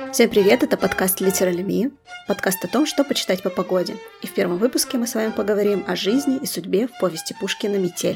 Всем привет, это подкаст Literally Me, подкаст о том, что почитать по погоде. И в первом выпуске мы с вами поговорим о жизни и судьбе в повести Пушкина «Метель».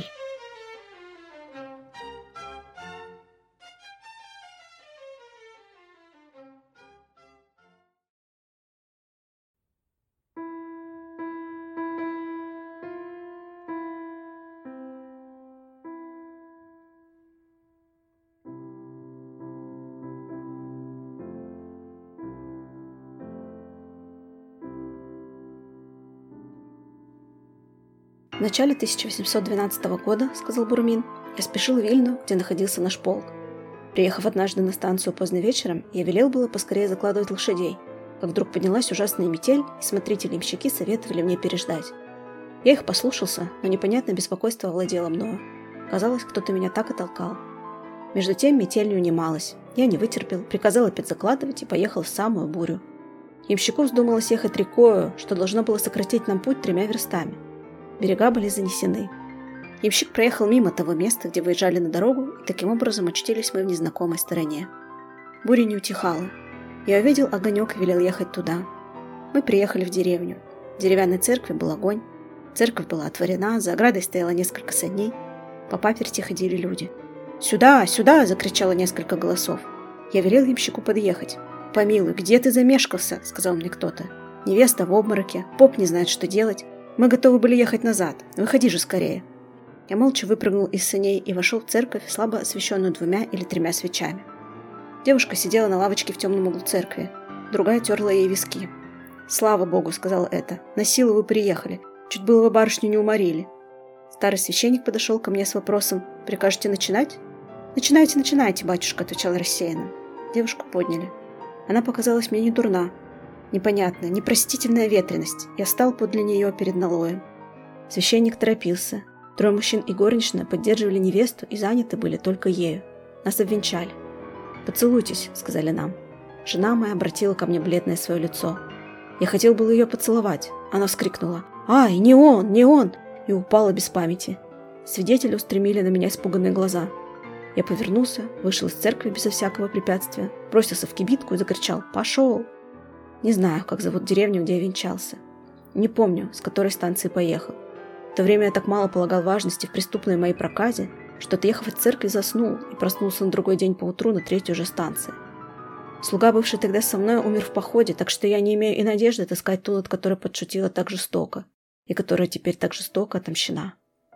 В начале 1812 года, сказал Бурмин, я спешил в Вильну, где находился наш полк. Приехав однажды на станцию поздно вечером, я велел было поскорее закладывать лошадей, как вдруг поднялась ужасная метель, и смотрители-ямщики советовали мне переждать. Я их послушался, но непонятное беспокойство овладело мною. Казалось, кто-то меня так и толкал. Между тем метель не унималась. Я не вытерпел, приказал опять закладывать и поехал в самую бурю. Ямщику вздумалось ехать рекою, что должно было сократить нам путь 3 верстами. Берега были занесены. Ямщик проехал мимо того места, где выезжали на дорогу, и таким образом очутились мы в незнакомой стороне. Буря не утихала. Я увидел огонек и велел ехать туда. Мы приехали в деревню. В деревянной церкви был огонь. Церковь была отворена, за оградой стояло несколько саней. По паперти ходили люди. «Сюда! Сюда!» – закричало несколько голосов. Я велел ямщику подъехать. «Помилуй, где ты замешкался?» – сказал мне кто-то. «Невеста в обмороке, поп не знает, что делать. Мы готовы были ехать назад. Выходи же скорее». Я молча выпрыгнул из саней и вошел в церковь, слабо освещенную 2 или 3 свечами. Девушка сидела на лавочке в темном углу церкви. Другая терла ей виски. «Слава Богу», — сказала эта, — «на силу вы приехали. Чуть было вы барышню не уморили». Старый священник подошел ко мне с вопросом: «Прикажете начинать?» «Начинайте, начинайте, батюшка», — отвечал рассеянно. Девушку подняли. Она показалась мне не дурна. Непонятная, непростительная ветреность. Я стал подле нее перед налоем. Священник торопился. 3 мужчин и горничная поддерживали невесту и заняты были только ею. Нас обвенчали. «Поцелуйтесь», — сказали нам. Жена моя обратила ко мне бледное свое лицо. Я хотел было ее поцеловать. Она вскрикнула: «Ай, не он, не он!» и упала без памяти. Свидетели устремили на меня испуганные глаза. Я повернулся, вышел из церкви безо всякого препятствия, бросился в кибитку и закричал: «Пошел!» Не знаю, как зовут деревню, где я венчался. Не помню, с которой станции поехал. В то время я так мало полагал важности в преступной моей проказе, что, отъехав от церкви, заснул и проснулся на другой день поутру на 3-й уже станции. Слуга, бывший тогда со мной, умер в походе, так что я не имею и надежды отыскать ту, над которой подшутила так жестоко, и которая теперь так жестоко отомщена.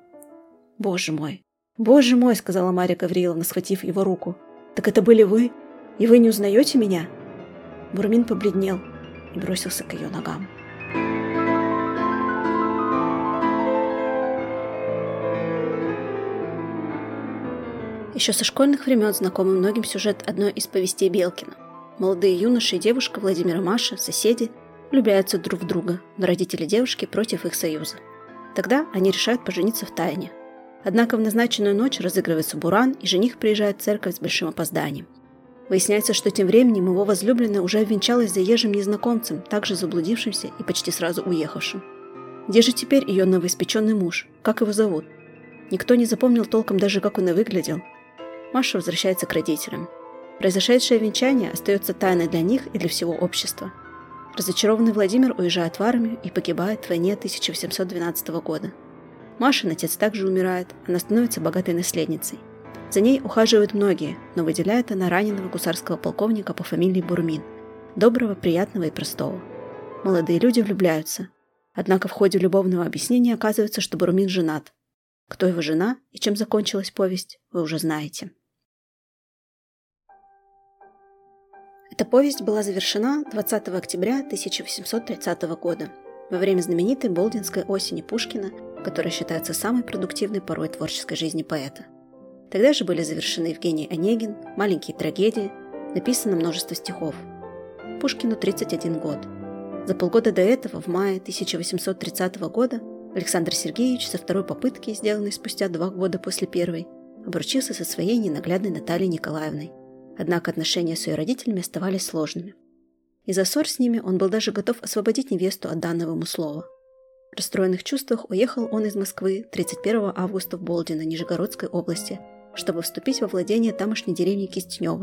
«Боже мой! Боже мой!» — сказала Марья Гавриловна, схватив его руку. «Так это были вы? И вы не узнаете меня?» Бурмин побледнел и бросился к ее ногам. Еще со школьных времен знакомый многим сюжет одной из повестей Белкина. Молодые юноши и девушка Владимир и Маша, соседи, влюбляются друг в друга, но родители девушки против их союза. Тогда они решают пожениться в тайне. Однако в назначенную ночь разыгрывается буран, и жених приезжает в церковь с большим опозданием. Выясняется, что тем временем его возлюбленная уже обвенчалась с заезжим незнакомцем, также заблудившимся и почти сразу уехавшим. Где же теперь ее новоиспеченный муж? Как его зовут? Никто не запомнил толком даже, как он и выглядел. Маша возвращается к родителям. Произошедшее венчание остается тайной для них и для всего общества. Разочарованный Владимир уезжает в армию и погибает в войне 1812 года. Машин отец также умирает, она становится богатой наследницей. За ней ухаживают многие, но выделяет она раненого гусарского полковника по фамилии Бурмин, доброго, приятного и простого. Молодые люди влюбляются. Однако в ходе любовного объяснения оказывается, что Бурмин женат. Кто его жена и чем закончилась повесть, вы уже знаете. Эта повесть была завершена 20 октября 1830 года, во время знаменитой Болдинской осени Пушкина, которая считается самой продуктивной порой творческой жизни поэта. Тогда же были завершены Евгений Онегин, маленькие трагедии, написано множество стихов. Пушкину 31 год. За полгода до этого, в мае 1830 года, Александр Сергеевич со второй попытки, сделанной спустя 2 года после первой, обручился со своей ненаглядной Натальей Николаевной. Однако отношения с ее родителями оставались сложными. Из-за ссор с ними он был даже готов освободить невесту от данного ему слова. В расстроенных чувствах уехал он из Москвы 31 августа в Болдино Нижегородской области, чтобы вступить во владение тамошней деревни Кистенева,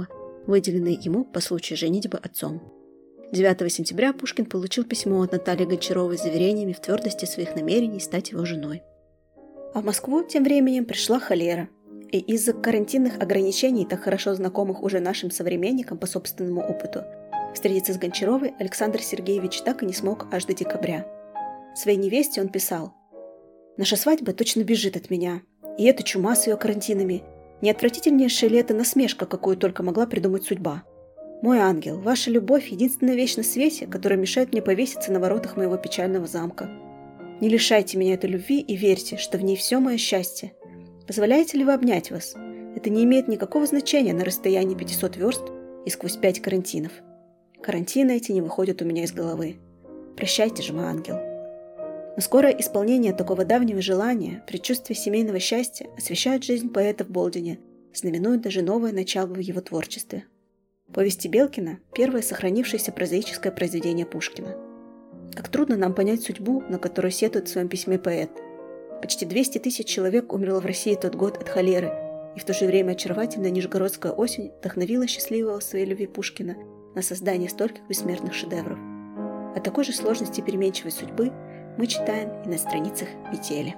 выделенные ему по случаю женитьбы отцом. 9 сентября Пушкин получил письмо от Натальи Гончаровой с заверениями в твердости своих намерений стать его женой. А в Москву тем временем пришла холера, и из-за карантинных ограничений, так хорошо знакомых уже нашим современникам по собственному опыту, встретиться с Гончаровой Александр Сергеевич так и не смог аж до декабря. Своей невесте он писал: «Наша свадьба точно бежит от меня, и эта чума с ее карантинами, не отвратительнейшая ли это насмешка, какую только могла придумать судьба? Мой ангел, ваша любовь — единственная вещь на свете, которая мешает мне повеситься на воротах моего печального замка. Не лишайте меня этой любви и верьте, что в ней все мое счастье. Позволяете ли вы обнять вас? Это не имеет никакого значения на расстоянии 500 верст и сквозь 5 карантинов. Карантины эти не выходят у меня из головы. Прощайте же, мой ангел». Но скорое исполнение такого давнего желания, предчувствие семейного счастья освещает жизнь поэта в Болдине, знаменует даже новое начало в его творчестве. Повести Белкина – первое сохранившееся прозаическое произведение Пушкина. Как трудно нам понять судьбу, на которую сетует в своем письме поэт. Почти 200 000 человек умерло в России тот год от холеры, и в то же время очаровательная нижегородская осень вдохновила счастливого в своей любви Пушкина на создание стольких бессмертных шедевров. О такой же сложности переменчивой судьбы мы читаем и на страницах «Метели».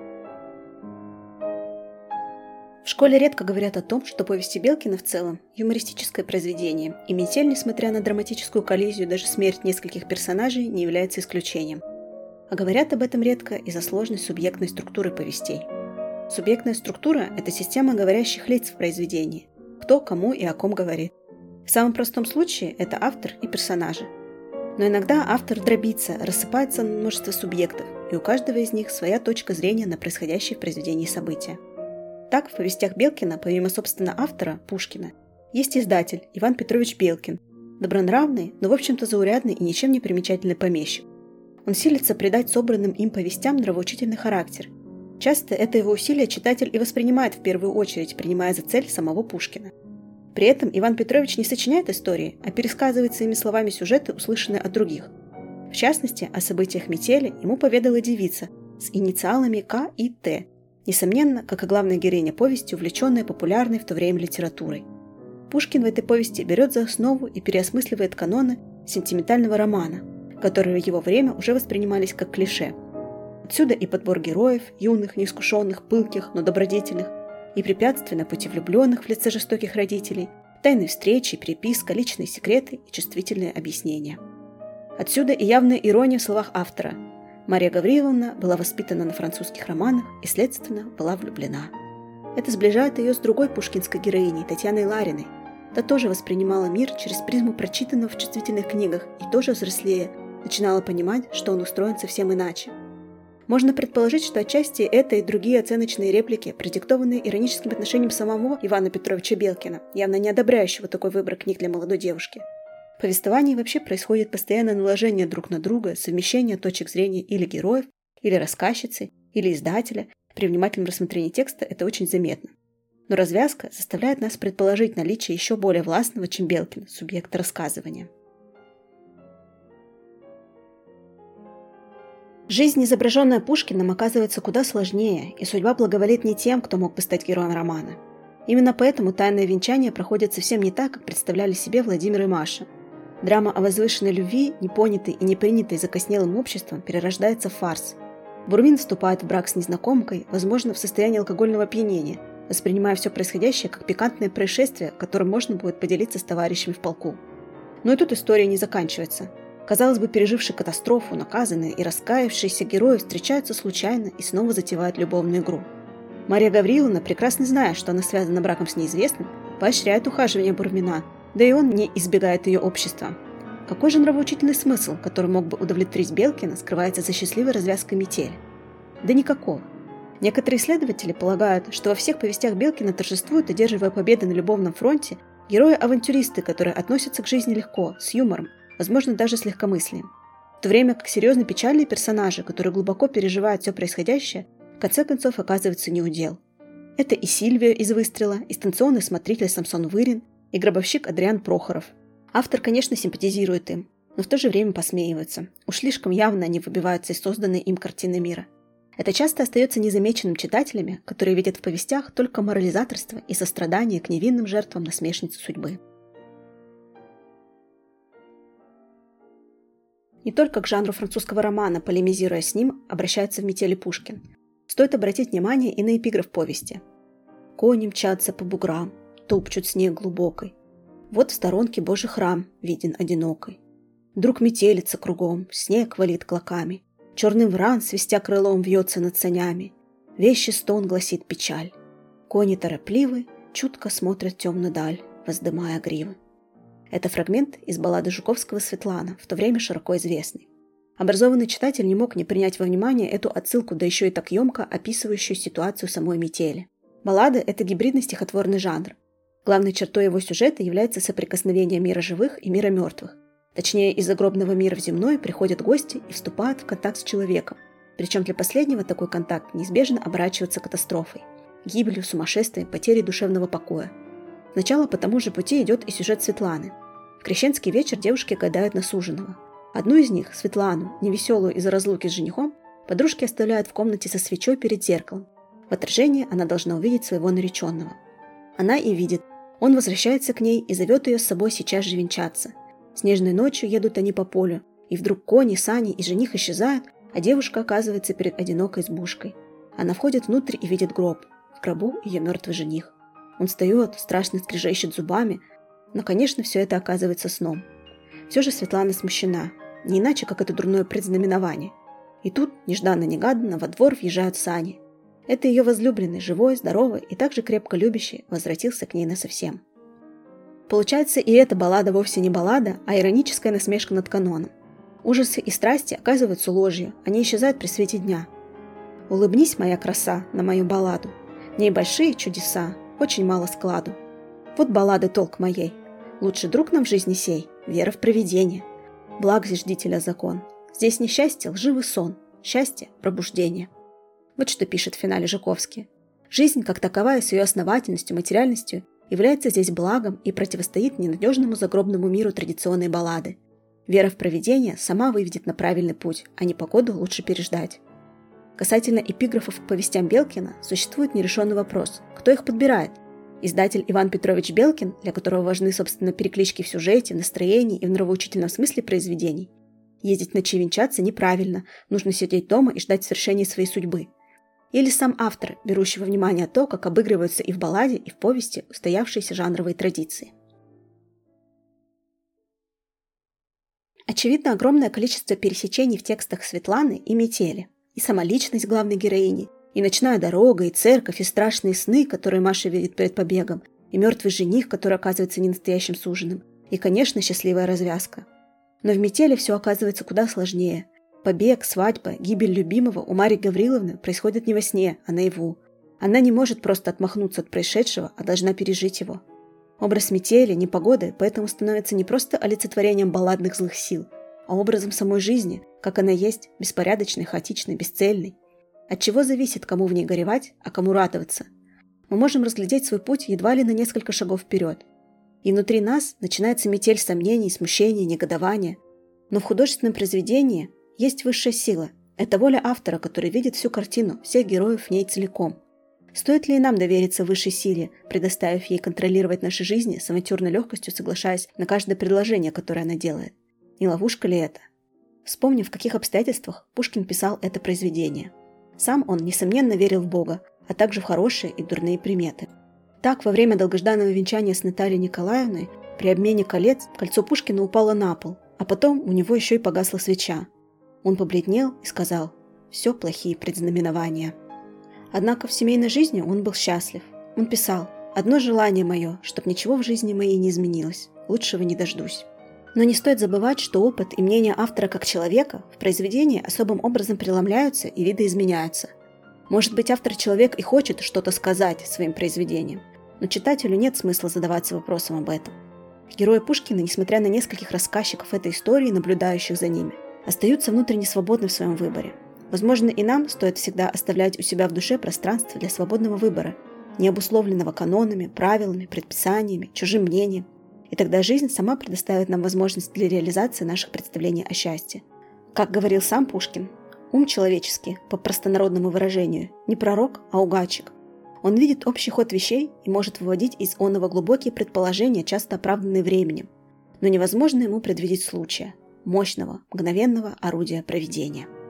В школе редко говорят о том, что повести Белкина в целом – юмористическое произведение, и «Метель», несмотря на драматическую коллизию, даже смерть нескольких персонажей, не является исключением. А говорят об этом редко из-за сложной субъектной структуры повестей. Субъектная структура – это система говорящих лиц в произведении, кто, кому и о ком говорит. В самом простом случае это автор и персонажи. Но иногда автор дробится, рассыпается на множество субъектов, и у каждого из них своя точка зрения на происходящие в произведении события. Так, в повестях Белкина, помимо собственно автора, Пушкина, есть издатель Иван Петрович Белкин, добронравный, но в общем-то заурядный и ничем не примечательный помещик. Он силится придать собранным им повестям нравоучительный характер. Часто это его усилие читатель и воспринимает в первую очередь, принимая за цель самого Пушкина. При этом Иван Петрович не сочиняет истории, а пересказывает своими словами сюжеты, услышанные от других. В частности, о событиях «Метели» ему поведала девица с инициалами К и Т, несомненно, как и главная героиня повести, увлеченная популярной в то время литературой. Пушкин в этой повести берет за основу и переосмысливает каноны сентиментального романа, которые в его время уже воспринимались как клише. Отсюда и подбор героев, юных, неискушенных, пылких, но добродетельных, и препятствия на пути влюбленных в лице жестоких родителей, тайные встречи, переписка, личные секреты и чувствительные объяснения. Отсюда и явная ирония в словах автора. Мария Гавриловна была воспитана на французских романах и, следственно, была влюблена. Это сближает ее с другой пушкинской героиней, Татьяной Лариной. Та тоже воспринимала мир через призму прочитанного в чувствительных книгах и тоже взрослея начинала понимать, что он устроен совсем иначе. Можно предположить, что отчасти это и другие оценочные реплики, продиктованные ироническим отношением самого Ивана Петровича Белкина, явно не одобряющего такой выбор книг для молодой девушки. В повествовании вообще происходит постоянное наложение друг на друга, совмещение точек зрения или героев, или рассказчицы, или издателя. При внимательном рассмотрении текста это очень заметно. Но развязка заставляет нас предположить наличие еще более властного, чем Белкин, субъекта рассказывания. Жизнь, изображенная Пушкиным, оказывается куда сложнее, и судьба благоволит не тем, кто мог бы стать героем романа. Именно поэтому тайное венчание проходит совсем не так, как представляли себе Владимир и Маша. Драма о возвышенной любви, непонятой и не принятой закоснелым обществом, перерождается в фарс. Бурмин вступает в брак с незнакомкой, возможно, в состоянии алкогольного опьянения, воспринимая все происходящее как пикантное происшествие, которым можно будет поделиться с товарищами в полку. Но и тут история не заканчивается. Казалось бы, пережившие катастрофу, наказанные и раскаявшиеся герои встречаются случайно и снова затевают любовную игру. Мария Гавриловна, прекрасно зная, что она связана браком с неизвестным, поощряет ухаживание Бурмина, да и он не избегает ее общества. Какой же нравоучительный смысл, который мог бы удовлетворить Белкина, скрывается за счастливой развязкой «Метели»? Да никакого. Некоторые исследователи полагают, что во всех повестях Белкина торжествуют, одерживая победы на любовном фронте, герои-авантюристы, которые относятся к жизни легко, с юмором, возможно, даже с легкомыслием. В то время как серьезно печальные персонажи, которые глубоко переживают все происходящее, в конце концов оказываются неудел. Это и Сильвия из «Выстрела», и станционный смотритель Самсон Вырин, и гробовщик Адриан Прохоров. Автор, конечно, симпатизирует им, но в то же время посмеивается. Уж слишком явно они выбиваются из созданной им картины мира. Это часто остается незамеченным читателями, которые видят в повестях только морализаторство и сострадание к невинным жертвам насмешницы судьбы. Не только к жанру французского романа, полемизируя с ним, обращается в «Метели» Пушкин. Стоит обратить внимание и на эпиграф повести. «Кони мчатся по буграм, топчут снег глубокой. Вот в сторонке Божий храм виден одинокой. Вдруг метелица кругом, снег валит клоками. Черный вран, свистя крылом, вьется над санями. Вещий стон гласит печаль. Кони торопливы, чутко смотрят темную даль, воздымая гривы». Это фрагмент из баллады Жуковского «Светлана», в то время широко известный. Образованный читатель не мог не принять во внимание эту отсылку, да еще и так емко описывающую ситуацию самой метели. Баллада – это гибридный стихотворный жанр. Главной чертой его сюжета является соприкосновение мира живых и мира мертвых. Точнее, из загробного мира в земной приходят гости и вступают в контакт с человеком. Причем для последнего такой контакт неизбежно оборачивается катастрофой, гибелью, сумасшествием, потерей душевного покоя. Сначала по тому же пути идет и сюжет Светланы. В крещенский вечер девушки гадают на суженого. Одну из них, Светлану, невеселую из-за разлуки с женихом, подружки оставляют в комнате со свечой перед зеркалом. В отражении она должна увидеть своего нареченного. Она и видит. Он возвращается к ней и зовет ее с собой сейчас же венчаться. Снежной ночью едут они по полю, и вдруг кони, сани и жених исчезают, а девушка оказывается перед одинокой избушкой. Она входит внутрь и видит гроб. В гробу ее мертвый жених. Он встает, страшно скрежещет зубами, но, конечно, все это оказывается сном. Все же Светлана смущена, не иначе, как это дурное предзнаменование. И тут, нежданно-негаданно, во двор въезжают сани. Это ее возлюбленный, живой, здоровый и также крепко любящий, возвратился к ней насовсем. Получается, и эта баллада вовсе не баллада, а ироническая насмешка над каноном. Ужасы и страсти оказываются ложью, они исчезают при свете дня. «Улыбнись, моя краса, на мою балладу. В ней большие чудеса, очень мало складу. Вот баллады толк моей. Лучший друг нам в жизни сей, вера в провидение. Благ зиждителя закон. Здесь не счастье, лживый сон. Счастье – пробуждение». Вот что пишет в финале Жуковский. Жизнь, как таковая, с ее основательностью, материальностью, является здесь благом и противостоит ненадежному загробному миру традиционной баллады. Вера в провидение сама выведет на правильный путь, а непогоду лучше переждать. Касательно эпиграфов к повестям Белкина существует нерешенный вопрос – кто их подбирает? Издатель Иван Петрович Белкин, для которого важны, собственно, переклички в сюжете, в настроении и в нравоучительном смысле произведений. Ездить ночи венчаться неправильно, нужно сидеть дома и ждать свершения своей судьбы. Или сам автор, берущий во внимание то, как обыгрываются и в балладе, и в повести устоявшиеся жанровые традиции. Очевидно, огромное количество пересечений в текстах Светланы и Метели. И сама личность главной героини, и ночная дорога, и церковь, и страшные сны, которые Маша видит перед побегом, и мертвый жених, который оказывается не настоящим суженым, и, конечно, счастливая развязка. Но в Метели все оказывается куда сложнее. Побег, свадьба, гибель любимого у Марьи Гавриловны происходит не во сне, а наяву. Она не может просто отмахнуться от происшедшего, а должна пережить его. Образ метели, непогоды поэтому становится не просто олицетворением балладных злых сил, а образом самой жизни, как она есть, беспорядочной, хаотичной, бесцельной. От чего зависит, кому в ней горевать, а кому радоваться? Мы можем разглядеть свой путь едва ли на несколько шагов вперед. И внутри нас начинается метель сомнений, смущения, негодования. Но в художественном произведении есть высшая сила. Это воля автора, который видит всю картину, всех героев в ней целиком. Стоит ли и нам довериться высшей силе, предоставив ей контролировать наши жизни с авантюрной легкостью, соглашаясь на каждое предложение, которое она делает? Не ловушка ли это? Вспомнив, в каких обстоятельствах Пушкин писал это произведение. Сам он, несомненно, верил в Бога, а также в хорошие и дурные приметы. Так, во время долгожданного венчания с Натальей Николаевной, при обмене колец, кольцо Пушкина упало на пол, а потом у него еще и погасла свеча. Он побледнел и сказал: «Все плохие предзнаменования». Однако в семейной жизни он был счастлив. Он писал: «Одно желание мое, чтоб ничего в жизни моей не изменилось. Лучшего не дождусь». Но не стоит забывать, что опыт и мнение автора как человека в произведении особым образом преломляются и видоизменяются. Может быть, автор-человек и хочет что-то сказать своим произведением, но читателю нет смысла задаваться вопросом об этом. Герои Пушкина, несмотря на нескольких рассказчиков этой истории, наблюдающих за ними, остаются внутренне свободны в своем выборе. Возможно, и нам стоит всегда оставлять у себя в душе пространство для свободного выбора, не обусловленного канонами, правилами, предписаниями, чужим мнением. И тогда жизнь сама предоставит нам возможность для реализации наших представлений о счастье. Как говорил сам Пушкин, ум человеческий, по простонародному выражению, не пророк, а угадчик. Он видит общий ход вещей и может выводить из оного глубокие предположения, часто оправданные временем. Но невозможно ему предвидеть случая. мощного, мгновенного орудия провидения.